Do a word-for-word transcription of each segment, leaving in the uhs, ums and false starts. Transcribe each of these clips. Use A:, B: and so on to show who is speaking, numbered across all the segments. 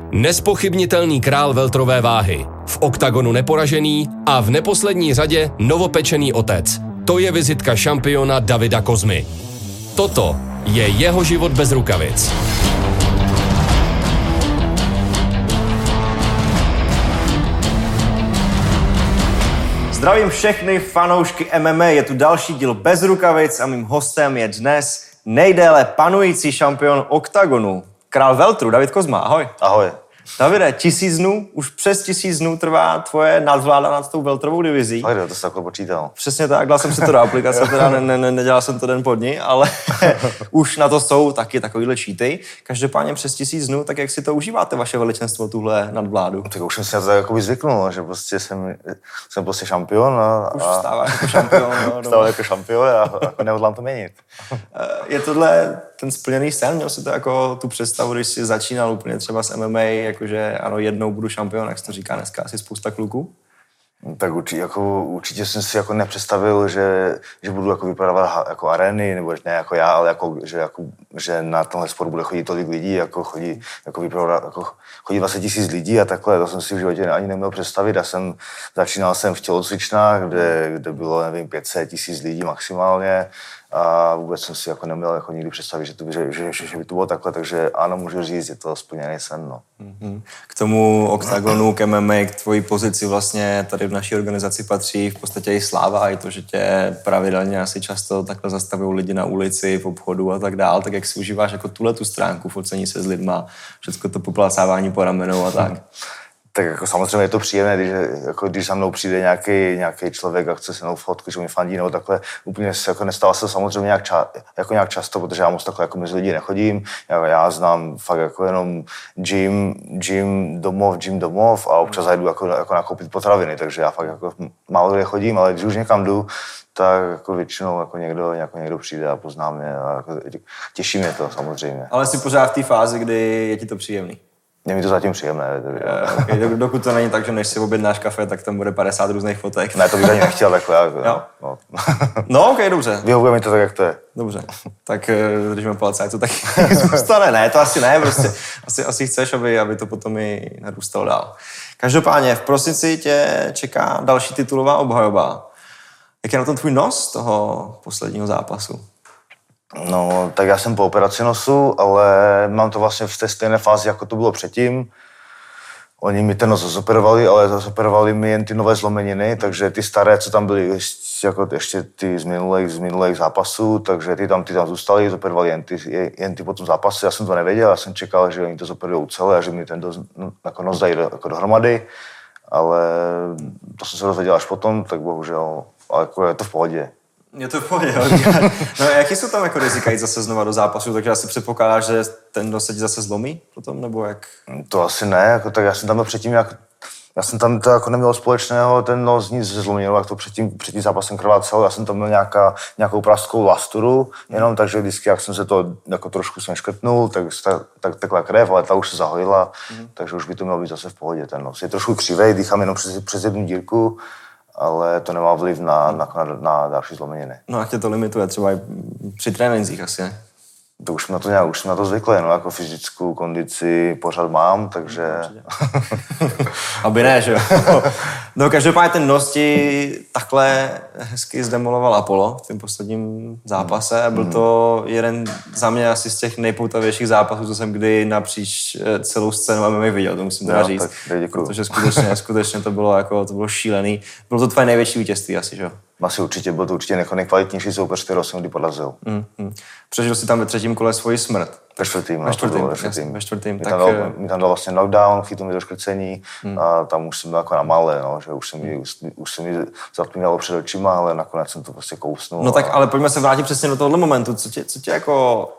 A: Nespochybnitelný král welterové váhy, v oktagonu neporažený a v neposlední řadě novopečený otec. To je vizitka šampiona Davida Kozmy. Toto je jeho život bez rukavic.
B: Zdravím všechny fanoušky M M A, je tu další díl bez rukavic a mým hostem je dnes nejdéle panující šampion oktagonu, král welteru, David Kozma. Ahoj.
C: Ahoj.
B: Davide, tisíc dnů, už přes tisíc dnů trvá tvoje nadvláda nad tou welterovou divizí.
C: Ahoj, to jsi takhle počítal.
B: Přesně tak, dal jsem si to do aplikace, teda ne, ne, ne, nedělal jsem to den po dní, ale už na to jsou taky takovýhle cheaty. Každopádně přes tisíc dnů, tak jak si to užíváte, vaše veličenstvo, tuhle nadvládu?
C: Tak už jsem si na to jakoby zvyknul, že prostě jsem, jsem prostě šampion. A,
B: už vstáváš jako šampion. No,
C: vstával jako šampion a jako nehodlám to měnit.
B: Je tohle ten splněný sen? Měl jsi to jako tu představu, když jsi začínal úplně třeba s M M A, jakože ano, jednou budu šampion, jak se to říká dneska asi spousta kluků?
C: Tak určitě, jako, určitě jsem si jako nepředstavil, že, že budu jako vypadávat jako arény, nebo ne jako já, ale jako, že, jako, že na tenhle sport bude chodit tolik lidí, jako chodí, jako vypadávat, jako chodí dvacet tisíc lidí a takhle, to jsem si v životě ani neměl představit. Já jsem, začínal jsem v tělocvičnách, kde, kde bylo, nevím, pět set tisíc lidí maximálně a vůbec jsem si jako neměl jako nikdy představit, že, to, že, že, že by to bylo takhle, takže ano, můžu říct, je to splněný sen, no.
B: K tomu oktagonu, k M M A, k tvojí pozici vlastně tady v naší organizaci patří v podstatě i sláva a i to, že tě pravidelně asi často takhle zastavují lidi na ulici, v obchodu a tak dál, tak jak si užíváš jako tuhle tu stránku, focení se s lidma, všechno to poplácávání po ramenou a tak.
C: Tak jako samozřejmě je to příjemné, když, jako když za mnou přijde nějaký, nějaký člověk a chce se mnou fotku, že mi fandí nebo takhle. Úplně se jako nestává se samozřejmě nějak, ča, jako nějak často, protože já moc takhle jako mezi lidi nechodím. Já, já znám fakt jako jenom gym, gym domov, gym domov a občas jdu jako, jako nakoupit potraviny, takže já fakt jako málo kde chodím, ale když už někam jdu, tak jako většinou jako někdo, jako někdo přijde a pozná mě a jako těší mě to samozřejmě.
B: Ale jsi pořád v té fázi, kdy je ti to příjemný?
C: Je mi to zatím příjemné.
B: Okay, dokud to není tak, že než si objednáš kafe, tak tam bude padesát různých fotek.
C: Ne, to bych ani nechtěl takhle. Jako,
B: no. No. No, ok, dobře.
C: Vyhovuje mi to tak, jak to je.
B: Dobře, tak držíme palce, ať to taky zůstane. Ne, to asi ne, prostě asi, asi chceš, aby, aby to potom i narůstalo dál. Každopádně, v prosinci tě čeká další titulová obhajoba. Jak je na tom tvůj nos toho posledního zápasu?
C: No, tak já jsem po operaci nosu, ale mám to vlastně v té stejné fázi, jako to bylo předtím. Oni mi ten nos zoperovali, ale zoperovali mi jen ty nové zlomeniny, takže ty staré, co tam byly ještě, jako ještě ty z minulých, z minulých zápasů, takže ty tam, ty tam zůstaly, zoperovali jen ty, jen ty potom zápasy. Já jsem to nevěděl, já jsem čekal, že oni to zoperujou celé a že mi ten dos, no, jako nos dají jako dohromady, ale to jsem se dozvěděl až potom, tak bohužel, ale jako je to v pohodě.
B: Je to v pohodě, no a jaký jsou tam jako rizika jít zase znova do zápasu, takže asi předpokládáš, že ten nos se ti zase zlomí potom, nebo jak? To
C: asi ne, jako, tak já jsem tam byl předtím, jak, já jsem tam to jako neměl společného, ten nos nic se zlomil, jak to předtím, předtím zápasem krvácel, já jsem tam měl nějaká, nějakou prastkou lasturu, jenom takže vždycky, jak jsem se to jako trošku jsem škrtnul, tak, tak, tak tekla krev, ale ta už se zahojila, mm. takže už by to mělo být zase v pohodě ten nos. Je trošku křivej, dýchám jenom přes, přes jednu dírku, ale to nemá vliv na, na, na, na další zlomeniny.
B: No a tě to limituje třeba i při trénincích asi, ne?
C: To už jsem na to nějak, už jsem na to zvyklý, no, jako fyzickou kondici pořád mám, takže...
B: Aby ne, že jo? No každopádně ten nos ti takhle hezky zdemoloval Apollo v tom posledním zápase. Byl to jeden za mě asi z těch nejpoutavějších zápasů, co jsem kdy napříč celou scénu M M A viděl, to musím teda říct.
C: Tak, děkuju.
B: Protože skutečně, skutečně to bylo jako, to bylo šílený. Bylo to tvoje největší vítězství asi, že jo?
C: Asi určitě, byl to určitě nejkvalitnější soupeř, kterého jsem kdy porazil.
B: Mm, mm. Přežil jsi tam ve třetím kole svoji smrt.
C: Ve čtvrtým,
B: ve čtvrtým,
C: ve čtvrtým.
B: Ve čtvrtým.
C: Mi
B: tak...
C: tam, dal, mi tam dal vlastně knockdown, chytl mi do škrcení mm. a tam už jsem byl jako na malé, no, že už se mi, už, už se mi zatmínalo před očima, ale nakonec jsem to prostě kousnul.
B: No
C: a...
B: tak ale pojďme se vrátit přesně do tohohle momentu. Co tě, co tě jako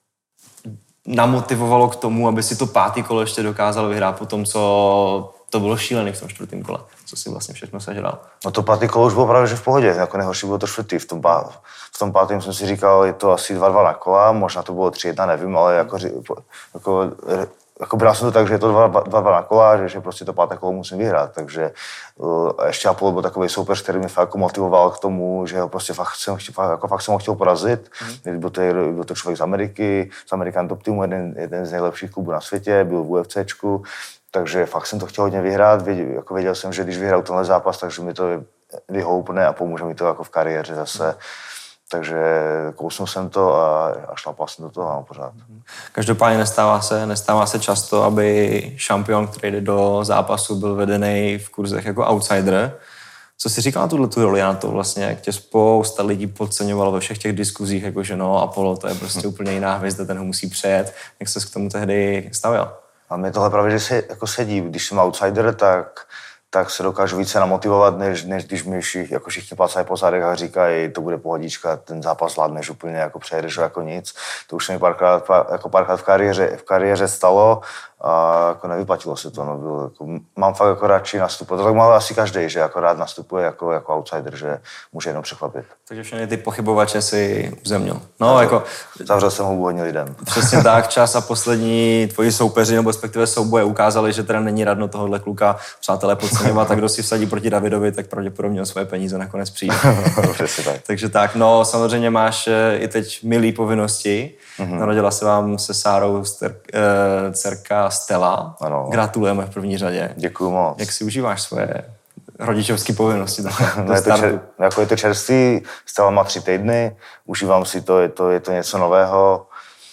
B: namotivovalo k tomu, aby si to pátý kolo ještě dokázal vyhrát po tom, co to bylo šílený v tom čtvrtém kole, co si vlastně všechno sežral.
C: No to pátý kolo už bylo právě že v pohodě, jako nejhorší bylo to čtvrtý. V tom, pá, v tom pátém jsem si říkal, je to asi dva dva na kola, možná to bylo tři jedna, nevím, ale jako, jako jako bral jsem to tak, že je to dva, dva, dva na kola, že, že prostě to páté kolo musím vyhrát, takže uh, ještě Apollo byl takový soupeř, který mě fakt jako motivoval k tomu, že ho prostě fakt jsem, fakt, jako fakt jsem ho chtěl porazit. Mm. Byl, to, byl to člověk z Ameriky, z American Top Teamu, jeden, jeden z nejlepších klubů na světě, byl v UFCčku, takže fakt jsem to chtěl hodně vyhrát. Věděl, jako věděl jsem, že když vyhraju tenhle zápas, takže mi to vyhoupne a pomůže mi to jako v kariéře zase. Mm. Takže kousnul jsem to a, a šlapal jsem do toho a pořád.
B: Každopádně nestává se, nestává se často, aby šampion, který jde do zápasu, byl vedený v kurzech jako outsider. Co jsi říkal na tuhle tu roli, na to vlastně, jak tě spousta lidí podceňovalo ve všech těch diskuzích, jakože no, Apollo, to je prostě úplně jiná hvězda, ten ho musí přejet. Jak ses k tomu tehdy stavěl?
C: A mě tohle právě, že se jako sedí. Když jsem outsider, tak tak se dokážu více namotivovat, než, než když mi všichni, jako všichni plácají po zádech a říkají, to bude pohodička, ten zápas zvládneš úplně, jako přejedeš jako nic. To už se mi párkrát, pár, jako párkrát v kariéře, v kariéře stalo a jako nevyplatilo se to. No, bylo, jako, mám fakt jako radši nastupovat. To tak má asi každý, že jako rád nastupuje jako, jako outsider, že může jenom překvapit.
B: Takže všechny ty pochybovače si uzemnil. No, zavřel, jako...
C: Zavřel jsem hubu hodně lidem.
B: Přesně tak, čas a poslední tvoji soupeři, nebo respektive souboje ukázali, že teda není radno tohohle kluka přátelé podceňovat, a kdo si vsadí proti Davidovi, tak pravděpodobně o svoje peníze nakonec přijde.
C: Přesně tak.
B: Takže tak, no samozřejmě máš i teď milý povinnosti. Mm-hmm. Narodila se vám se Sárou ster, uh, dcerka Stella.
C: Ano.
B: Gratulujeme v první řadě.
C: Děkuju moc.
B: Jak si užíváš svoje rodičovské povinnosti?
C: No je, to čer, jako je to čerstvý, Stella má tři týdny, užívám si to, je to, je to něco nového.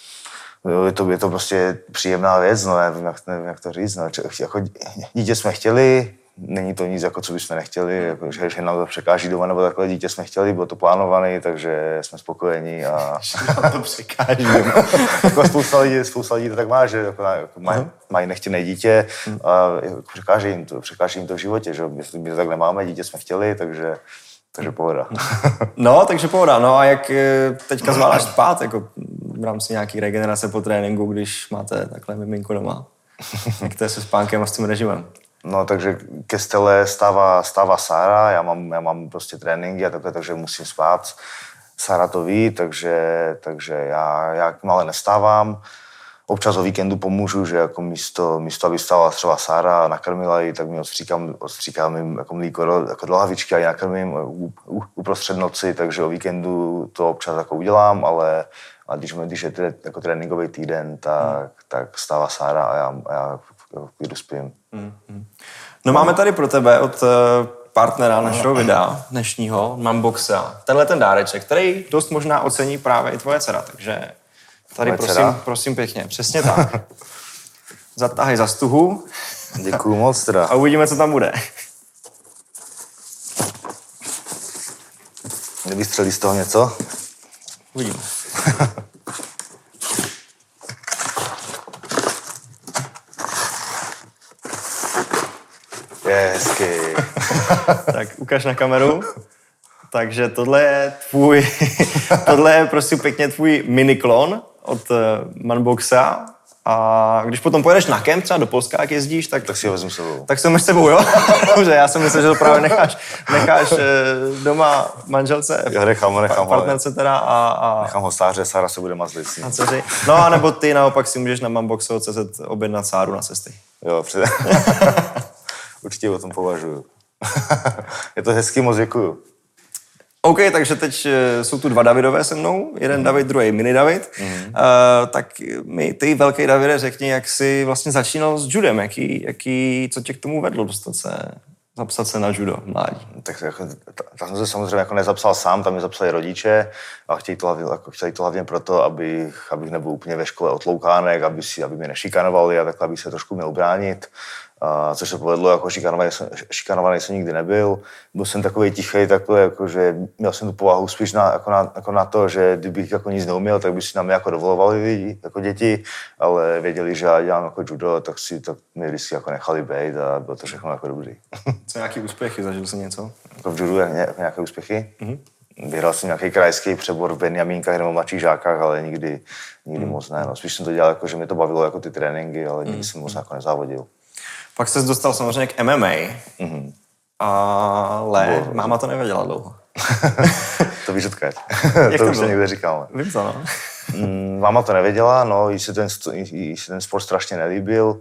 C: Je to, je to prostě příjemná věc, no nevím, jak, nevím, jak to říct. No. Jako, dítě jsme chtěli, není to nic, jako co bychom nechtěli, jako, že, že nám to překáží doma, nebo takhle dítě jsme chtěli, bylo to plánované, takže jsme spokojení. A...
B: to překáží.
C: Jako spousta lidí, spousta lidí to tak má, že jako, jako mají, mají nechtěné dítě a jako, překáží jim to, překáží jim to v životě, že my to tak nemáme, dítě jsme chtěli, takže, takže pohoda.
B: No, takže pohoda. No a jak teďka zvládáš spát, jako v rámci nějaký regenerace po tréninku, když máte takhle miminko doma? Jak to je se spánkem a s tím režimem?
C: No, takže ke Stele stává, stává Sára, já mám, já mám prostě tréninky a takhle, takže musím spát. Sára to ví, takže, takže já, já ale nestávám. Občas o víkendu pomůžu, že jako místo, místo aby stála třeba Sára a nakrmila ji, tak mi odstříkám, odstříkám jim jako mlíko do, jako do lavičky a ji nakrmím uprostřed noci, takže o víkendu to občas jako udělám, ale a když, když je tedy jako tréninkový týden, tak, hmm. tak stává Sára a já, a já jdu spím.
B: Hmm. No máme tady pro tebe od partnera našeho videa dnešního, Manboxa, tenhle ten dáreček, který dost možná ocení právě i tvoje dcera, takže tady prosím, prosím pěkně, přesně tak. Zatahaj za stuhu.
C: Děkuju moc teda.
B: A uvidíme, co tam bude.
C: Nevystřelí z toho něco?
B: Uvidíme.
C: Je hezký.
B: Tak ukaž na kameru. Takže tohle je tvůj, tohle je prosím pěkně tvůj miniklon od Manboxa. A když potom pojedeš na kemp třeba do Polska, jak jezdíš, tak...
C: Tak si ho vezmu sebou.
B: Tak si ho máš sebou, jo? Dobře, já jsem myslel, že to právě necháš, necháš doma manželce,
C: já nechám, nechám,
B: partnerce teda a... a...
C: Nechám ho Sáře, Sára se bude mazlit.
B: A dceři. No a nebo ty naopak si můžeš na manboxo tečka cé zet objednat Sáru na cesty.
C: Jo, před... Určitě o tom považuju. Je to hezký, moc děkuju.
B: OK, takže teď jsou tu dva Davidové se mnou, jeden mm. David, druhý mini David. Mm. Uh, tak mi ty, velký Davide, řekni, jak jsi vlastně začínal s judem, jaký, jaký, co tě k tomu vedlo dostat se, zapsat se na judo mládí?
C: Tak jako, tam jsem se samozřejmě jako nezapsal sám, tam mě zapsali rodiče a chtěli to hlavně, jako, chtěli to hlavně proto, abych, abych nebyl úplně ve škole otloukánek, aby, si, aby mě nešikanovali a takhle, abych se trošku měl ubránit. A což se povedlo, jako šikanovaný jsem, šikanovaný jsem nikdy nebyl. Byl jsem takový tichý, takhle, jako, že měl jsem tu povahu spíš na, jako na, jako na to, že kdybych jako nic neuměl, tak by si na mě jako dovolovali lidi, jako děti, ale věděli, že já dělám jako judo, tak si tak mě vždycky jako nechali být a bylo to všechno jako dobrý.
B: Co nějaký úspěchy? Zažil jsi něco?
C: Jako v judu ně, jako nějaké úspěchy? Mm-hmm. Vyhrál jsem nějaký krajský přebor v Benjamínkách nebo mladších žákách, ale nikdy, nikdy mm. moc ne. No. Spíš jsem to dělal, jako, že mě to bavilo jako ty tréninky, ale nikdy mm. jsem moc jako nezávodil. Pak
B: ses dostal samozřejmě k M M A, mm-hmm. ale Bo, máma to nevěděla dlouho.
C: To víš odkud. To už jsem někde říkal.
B: Vím to, no.
C: Mm, máma to nevěděla, no, jí se ten, jí se ten sport strašně nelíbil.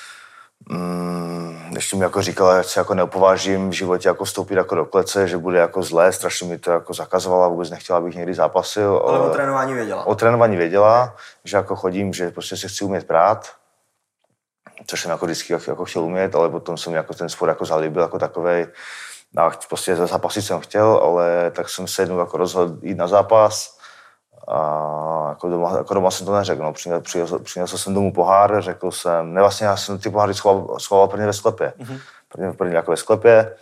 C: Mm, ještě mi jako říkala, že se jako neopovážím v životě jako vstoupit jako do klece, že bude jako zlé, strašně mi to jako zakazovala, vůbec nechtěla, abych někdy zápasil.
B: Ale o trénování věděla.
C: O trénování věděla, že jako chodím, že prostě se chci umět prát, což jsem jako vždycky jako chtěl umět, ale potom jsem jako ten sport jako zalíbil jako takovej. A prostě za zápasit jsem chtěl, ale tak jsem se jednou jako rozhodl jít na zápas. A jako doma, jako doma jsem to neřekl, no. Přinesl, přinesl, přinesl jsem domů pohár, řekl jsem, ne vlastně já jsem ty poháry schoval, schoval prvně ve sklepě. Mm-hmm. Prvně, prvně jako ve sklepě.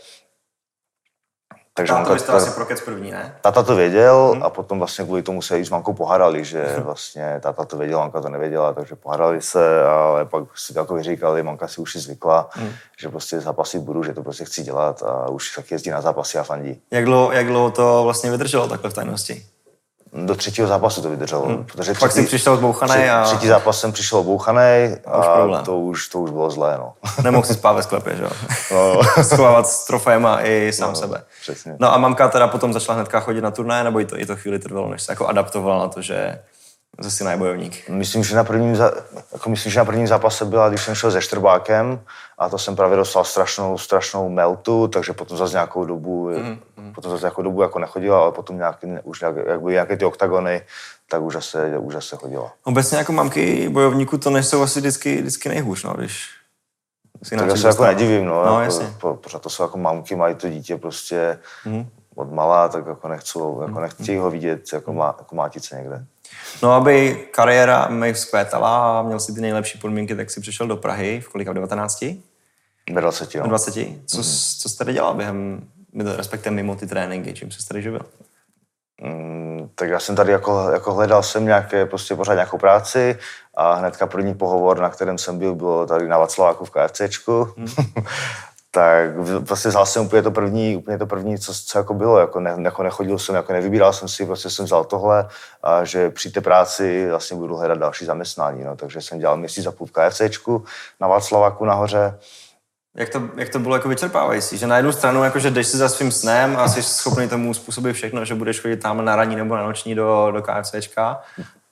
B: Takže táta byste asi prokec první, ne?
C: Táta to věděl hmm. a potom vlastně kvůli tomu se i s mamkou pohádali, že vlastně táta to věděl, mamka to nevěděla, takže pohádali se, ale pak si to jako vyříkali, mamka si už si zvykla, hmm. že prostě zápasit budu, že to prostě chci dělat a už tak jezdí na zápasy a fandí.
B: Jak dlouho, jak dlouho to vlastně vydrželo takhle v tajnosti?
C: Do třetího zápasu to vydrželo.
B: Hmm. Protože pak třetí, jsi přišel zbouchanej a...
C: Třetí zápas jsem přišel obouchanej a, a už to, už, to už bylo zlé, no.
B: Nemohl si spát ve sklepě, že jo? No. Schovávat s trofejema i sám
C: no,
B: sebe.
C: Přesně.
B: No a mamka teda potom začala hnedka chodit na turnaje, nebo i to, i to chvíli trvalo, než se jako adaptovala na to, že že jsi najbojovník?
C: Myslím, že na prvním, jako myslím, že na prvním zápase byla, když jsem šel se Štrbákem a to jsem právě dostal strašnou, strašnou meltu, takže potom zase nějakou dobu, mm, mm. potom zase nějakou dobu jako nechodila, ale potom nějaký, už nějak, jak byly nějaké ty oktagony, tak už zase, už zase chodila.
B: Obecně jako mamky bojovníků to nejsou asi vždycky, vždycky nejhůř, no, když
C: si tak já se jako nedivím, no,
B: no
C: jako, po, pořád to jsou jako mamky, mají to dítě prostě mm. od malá, tak jako nechcou, jako nechtějí ho vidět jako, má, jako mátice někde.
B: No, aby kariéra mi vzkvétala a měl si ty nejlepší podmínky, tak si přišel do Prahy v kolika, v devatenácti?
C: Ve dvaceti, jo.
B: V dvaceti? Co, mm-hmm. co jsi tady dělal během, respektive mimo ty tréninky, čím jsi tady živil?
C: Mm, tak já jsem tady jako, jako hledal jsem nějaké, prostě pořád nějakou práci a hnedka první pohovor, na kterém jsem byl, bylo tady na Václaváku v KFCčku. Mm. Tak prostě vzal jsem úplně to první, úplně to první, co, co jako bylo, jako, ne, jako nechodil jsem, jako nevybíral jsem si, prostě jsem vzal tohle a že při té práci vlastně budu hledat další zaměstnání, no, takže jsem dělal měsíc a půl v KFCčku na Václaváku nahoře.
B: Jak to, jak to bylo jako vyčerpávající, že na jednu stranu jakože jdeš si za svým snem a jsi schopný tomu způsobit všechno, že budeš chodit tam na ranní nebo na noční do, do KFCčka,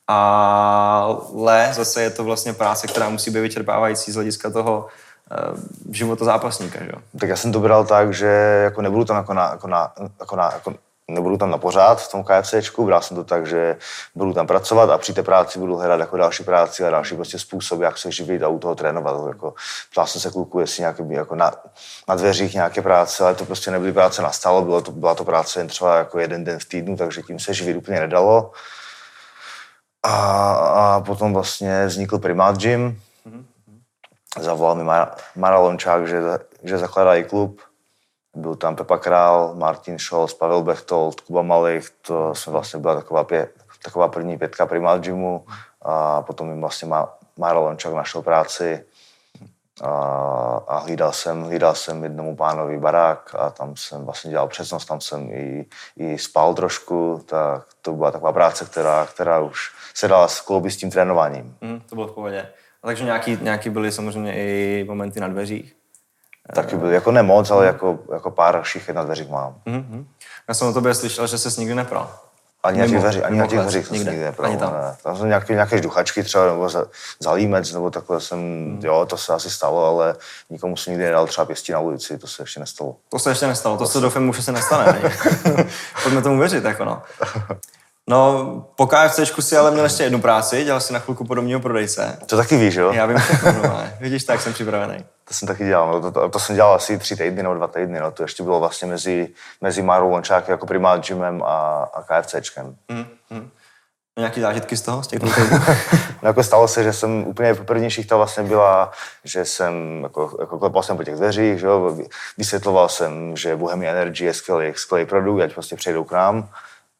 B: ale zase je to vlastně práce, která musí být vyčerpávající z hlediska toho života zápasníka, že jo?
C: Tak já jsem to bral tak, že jako nebudu tam jako na, jako na, jako na jako nebudu tam na pořád v tom KFCčku, bral jsem to tak, že budu tam pracovat a při té práci budu hledat jako další práci a další prostě způsob, jak se živit a u toho trénovat. Jako, ptal jsem se kluku, jestli nějaké, jako na, na dveřích nějaké práce, ale to prostě nebyly práce na stalo, bylo to, byla to práce jen třeba jako jeden den v týdnu, takže tím se živit úplně nedalo. A, a potom vlastně vznikl Primát Gym. Mm-hmm. Zavolal mi Mara, Mara Lončák, že, že zakládají klub. Byl tam Pepa Král, Martin Scholz, Pavel Bechtold, Kuba Malich. To jsme vlastně byla taková, pě, taková první pětka Primát Gymu. A potom mi vlastně Mara Lončák našel práci. A, a hlídal jsem, hlídal jsem jednomu pánovi barák a tam jsem vlastně dělal přesnost, tam jsem i, i spal trošku. Tak to byla taková práce, která, která už se dala skloubit s tím trénováním.
B: Mm, to bylo v pohodě. A takže nějaký, nějaký byly samozřejmě i momenty na dveřích?
C: Taky byly, jako nemoc, ale jako, jako pár šichet na dveřích mám.
B: Mm-hmm. Já jsem o tobě slyšel, že ses nikdy nepral.
C: Ani na těch dveřích, ani na těch dveřích jsem nikdy nepral. Tam. Ne. Tam jsem nějaké, nějaké žduchačky třeba, nebo za, za límec, nebo takhle jsem, mm. jo, to se asi stalo, ale nikomu jsem nikdy nedal třeba pěstí na ulici, to se ještě nestalo.
B: To se ještě nestalo, to, to se doufám, že se nestane. Pojďme tomu věřit, jako no. No, po KFCčku si ale měl ještě jednu práci, dělal si na chvilku podomního prodejce.
C: To taky víš, jo?
B: Já vím všechno, no, vidíš, tak jsem připravený.
C: To jsem taky dělal, no, to, to, to jsem dělal asi tři týdny nebo dva týdny, no, to ještě bylo vlastně mezi, mezi Marou Lončáky jako Primát Gymem a, a KFCčkem.
B: Mm, mm. Nějaký zážitky z toho, z těch týdnů?
C: No, jako stalo se, že jsem úplně první šichta vlastně byla, že jsem, jako, jako klepal jsem po těch dveřích, že jo, vysvětloval jsem, že Bohemia Energy je skvělý, skvělý produkt, ať prostě přejdou k nám.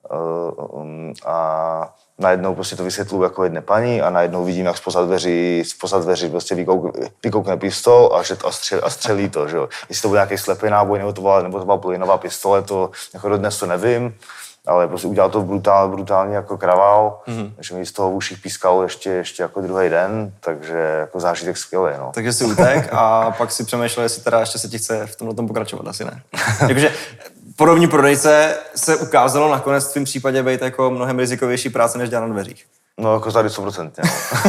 C: Uh, um, a najednou prostě to vysvětluji jako jedné paní a najednou vidím, jak spoza dveří, spoza dveří prostě vykouk, vykoukne pistol a, že, a, střel, a střelí to, že jo. Jestli to byl nějaký slepý náboj, nebo to byla, nebo to byla plynová pistole, to jako dodnes to nevím, ale prostě udělal to brutál, brutálně jako kravál, mm-hmm. že mi z toho v uších pískalo ještě, ještě jako druhý den, takže jako zážitek skvělý, no.
B: Takže si utek a pak si přemýšlel, jestli teda ještě se ti chce v tomhle tom pokračovat, asi ne. Jakože podobní prodejce se ukázalo nakonec v tvém případě být jako mnohem rizikovější práce, než dělat na dveřích.
C: No jako tady sto procent.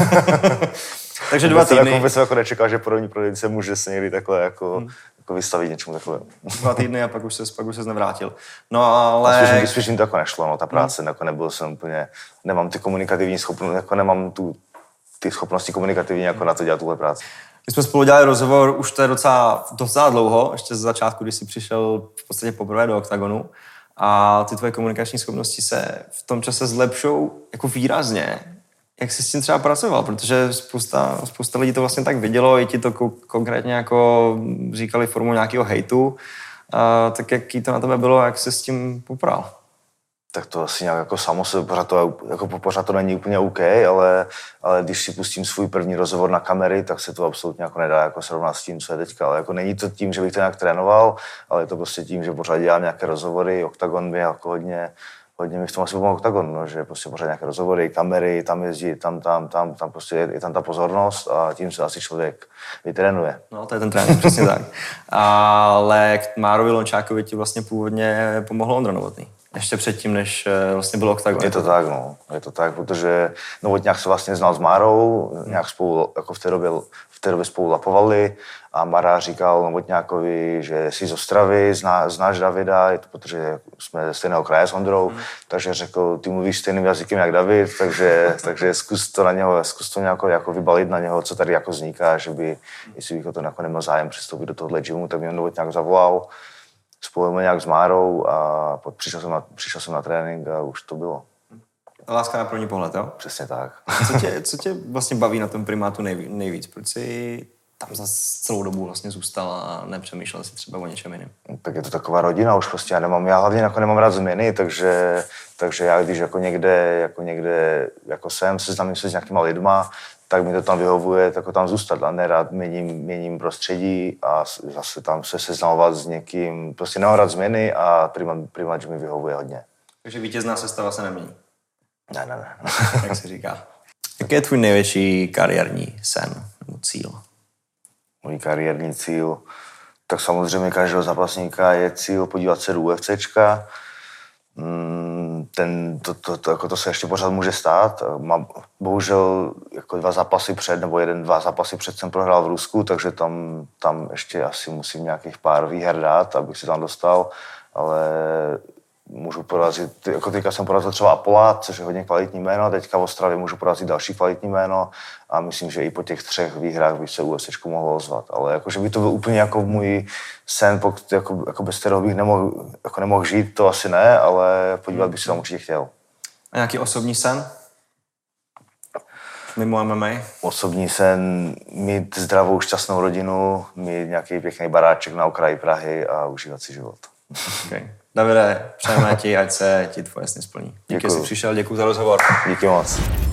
B: Takže dva týdny.
C: Vůbec jsem jako nečekal, že porodní prodejce může se někdy takhle jako, hmm. jako vystavit něčemu takovému.
B: Dva týdny a pak už se, pak už se nevrátil. No ale...
C: Spíš, spíš mi to jako nešlo, no, ta práce, hmm. jako nebyl jsem úplně, nemám ty komunikativní schopnosti, jako nemám tu, ty schopnosti komunikativní jako na to dělat tuhle práci.
B: My jsme spolu dělali rozhovor, už to je docela, docela dlouho, ještě z začátku, když jsi přišel v podstatě poprvé do Oktagonu a ty tvoje komunikační schopnosti se v tom čase zlepšou jako výrazně. Jak jsi s tím třeba pracoval? Protože spousta, spousta lidí to vlastně tak vidělo, i ti to konkrétně jako říkali formou nějakého hejtu. A tak jaký to na tebe bylo, jak jsi s tím popral?
C: Tak to asi nějak jako samo se, pořád to, jako pořád to není úplně OK, ale, ale když si pustím svůj první rozhovor na kamery, tak se to absolutně jako nedá jako srovnat s tím, co je teďka. Ale jako není to tím, že bych to nějak trénoval, ale je to prostě tím, že pořád dělám nějaké rozhovory. Oktagon mi jako hodně, hodně mi v tom asi pomohl Oktagon, no, že prostě pořád nějaké rozhovory, kamery, tam jezdí, tam, tam, tam, tam prostě je, je tam ta pozornost a tím se asi člověk vytrénuje.
B: No, to je ten trénink, přesně tak. Ale k Márovi Lončákovi ti vlastně původně pomohlo Ondra Novotný. Ještě předtím, než vlastně byl Oktagon.
C: Je to tak, no. Je to tak, protože Novotňák se vlastně znal s Márou, hmm. nějak spolu, jako v té době, v té době spolu lapovali a Mara říkal Novotňákovi, že jsi z Ostravy, zná, znáš Davida, je to, protože jsme ze stejného kraje s Ondrou, hmm. takže řekl, ty mluvíš stejným jazykem jak David, takže, takže zkus to na něho, zkus to nějako jako vybalit na něho, co tady jako vzniká, že by, jestli bych to jako neměl zájem přistoupit do tohohle gymu, tak mě Novotňák zavolal. Spojíme nějak s Márou a přišel jsem, na, přišel jsem na trénink a už to bylo.
B: Láska na první pohled, jo?
C: Přesně tak.
B: Co tě, co tě vlastně baví na tom primátu nejvíc? Proč jsi tam za celou dobu vlastně zůstal a nepřemýšlel si třeba o něčem jiném?
C: Tak je to taková rodina už prostě. Já, nemám, já hlavně jako nemám rád změny, takže, takže já když jako někde, jako někde jako jsem, seznámím se s nějakýma lidma, tak mi to tam vyhovuje, tak tam zůstat a nerad měním, měním prostředí a zase tam se seznamovat s někým, prostě nemám rád změny a primáč mi vyhovuje hodně.
B: Takže vítězná sestava se nemění?
C: Ne, ne, ne.
B: Jak se říká. Jaký je tvůj největší kariérní sen nebo cíl?
C: Můj kariérní cíl? Tak samozřejmě každého zápasníka je cíl podívat se do UFCčka. Ten, to, to, to, jako to se ještě pořád může stát. Mám, bohužel jako dva zápasy před, nebo jeden, dva zápasy před jsem prohrál v Rusku, takže tam, tam ještě asi musím nějakých pár výher dát, abych se tam dostal, ale můžu porazit, jako teďka jsem porazil třeba Apola, což je hodně kvalitní jméno, a teďka v Ostravě můžu porazit další kvalitní jméno a myslím, že i po těch třech výhrách by se UFCčku mohlo ozvat. Ale jako, že by to byl úplně jako můj sen, pokud, jako, jako bez kterého bych nemohl, jako nemohl žít, to asi ne, ale podívat bych se tam určitě chtěl.
B: A nějaký osobní sen? Mimo M M A?
C: Osobní sen, mít zdravou, šťastnou rodinu, mít nějaký pěkný baráček na okraji Prahy a užívat si život.
B: Okay. Davide, přejeme ti, ať se ti tvoje sny splní. Díky, že jsi přišel, děkuji za rozhovor.
C: Díky moc.